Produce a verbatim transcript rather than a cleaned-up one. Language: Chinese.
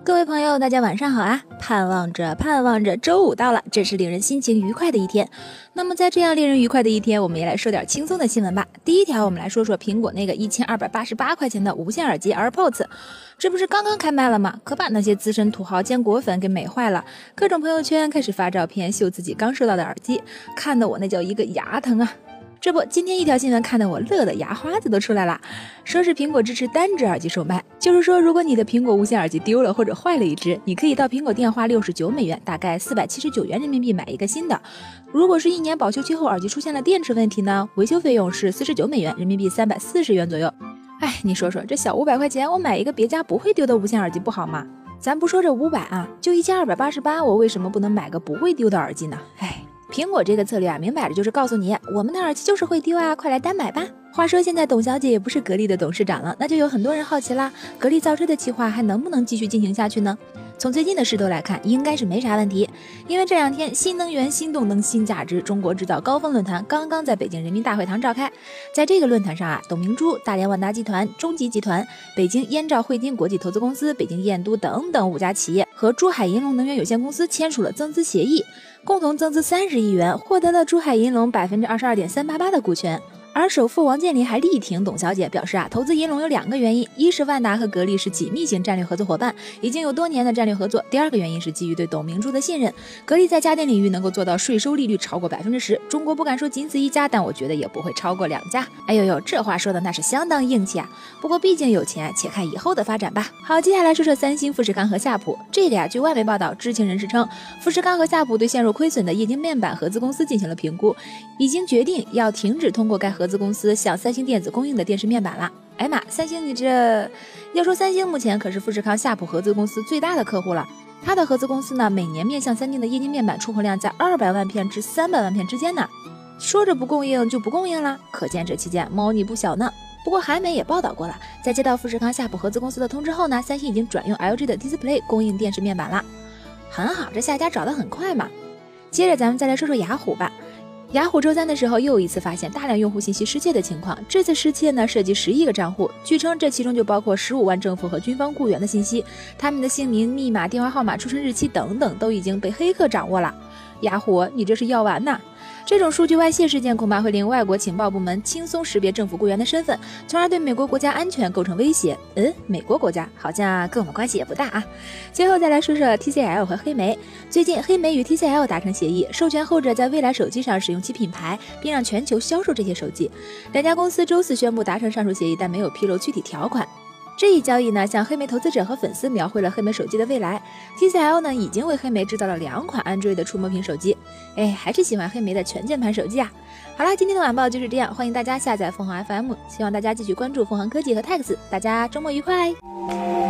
各位朋友，大家晚上好啊！盼望着盼望着，周五到了，这是令人心情愉快的一天。那么在这样令人愉快的一天，我们也来说点轻松的新闻吧。第一条，我们来说说苹果那个一千二百八十八块钱的无线耳机 AirPods， 这不是刚刚开卖了吗？可把那些资深土豪兼果粉给美坏了，各种朋友圈开始发照片秀自己刚收到的耳机，看得我那叫一个牙疼啊！这不，今天一条新闻看得我乐得牙花子都出来了，说是苹果支持单只耳机售卖，就是说如果你的苹果无线耳机丢了或者坏了一只，你可以到苹果店花六十九美元，大概四百七十九元人民币买一个新的。如果是一年保修期后耳机出现了电池问题呢，维修费用是四十九美元，人民币三百四十元左右。哎，你说说这小五百块钱，我买一个别家不会丢的无线耳机不好吗？咱不说这五百啊，就一千二百八十八，我为什么不能买个不会丢的耳机呢？哎。苹果这个策略啊，明摆着就是告诉你，我们的耳机就是会丢啊，快来单买吧。话说现在董小姐也不是格力的董事长了，那就有很多人好奇啦，格力造车的计划还能不能继续进行下去呢？从最近的势头来看，应该是没啥问题，因为这两天新能源、新动能、新价值中国制造高峰论坛刚刚在北京人民大会堂召开。在这个论坛上啊，董明珠、大连万达集团、中集集团、北京燕兆汇金国际投资公司、北京燕都等等五家企业和珠海银隆能源有限公司签署了增资协议，共同增资三十亿元，获得了珠海银隆百分之二十二点三八八的股权。而首富王健林还力挺董小姐，表示啊，投资银隆有两个原因，一是万达和格力是紧密型战略合作伙伴，已经有多年的战略合作；第二个原因是基于对董明珠的信任，格力在家电领域能够做到税收利率超过百分之十，中国不敢说仅此一家，但我觉得也不会超过两家。哎呦呦，这话说的那是相当硬气啊！不过毕竟有钱，且看以后的发展吧。好，接下来说说三星、富士康和夏普。这个呀，据外媒报道，知情人士称，富士康和夏普对陷入亏损的液晶面板合资公司进行了评估，已经决定要停止通过该合资公司向三星电子供应的电视面板了。哎妈，三星你这……要说三星目前可是富士康、夏普合资公司最大的客户了。它的合资公司呢，每年面向三星的液晶面板出货量在二百万片至三百万片之间呢。说着不供应就不供应了，可见这期间猫腻不小呢。不过韩媒也报道过了，在接到富士康、夏普合资公司的通知后呢，三星已经转用 L G 的 Display 供应电视面板了。很好，这下家找得很快嘛。接着咱们再来说说雅虎吧。雅虎周三的时候又一次发现大量用户信息失窃的情况，这次失窃呢涉及十亿个账户，据称这其中就包括十五万政府和军方雇员的信息，他们的姓名、密码、电话号码、出生日期等等都已经被黑客掌握了。雅虎，你这是要完呐！这种数据外泄事件恐怕会令外国情报部门轻松识别政府雇员的身份，从而对美国国家安全构成威胁。嗯，美国国家好像跟我们关系也不大啊。最后再来说说 T C L 和黑莓。最近黑莓与 T C L 达成协议，授权后者在未来手机上使用其品牌，并让全球销售这些手机。两家公司周四宣布达成上述协议，但没有披露具体条款。这一交易呢，向黑莓投资者和粉丝描绘了黑莓手机的未来。T C L 呢，已经为黑莓制造了两款 Android 的触摸屏手机。哎，还是喜欢黑莓的全键盘手机啊。好啦，今天的晚报就是这样，欢迎大家下载凤凰 F M， 希望大家继续关注凤凰科技和 Tax， 大家周末愉快。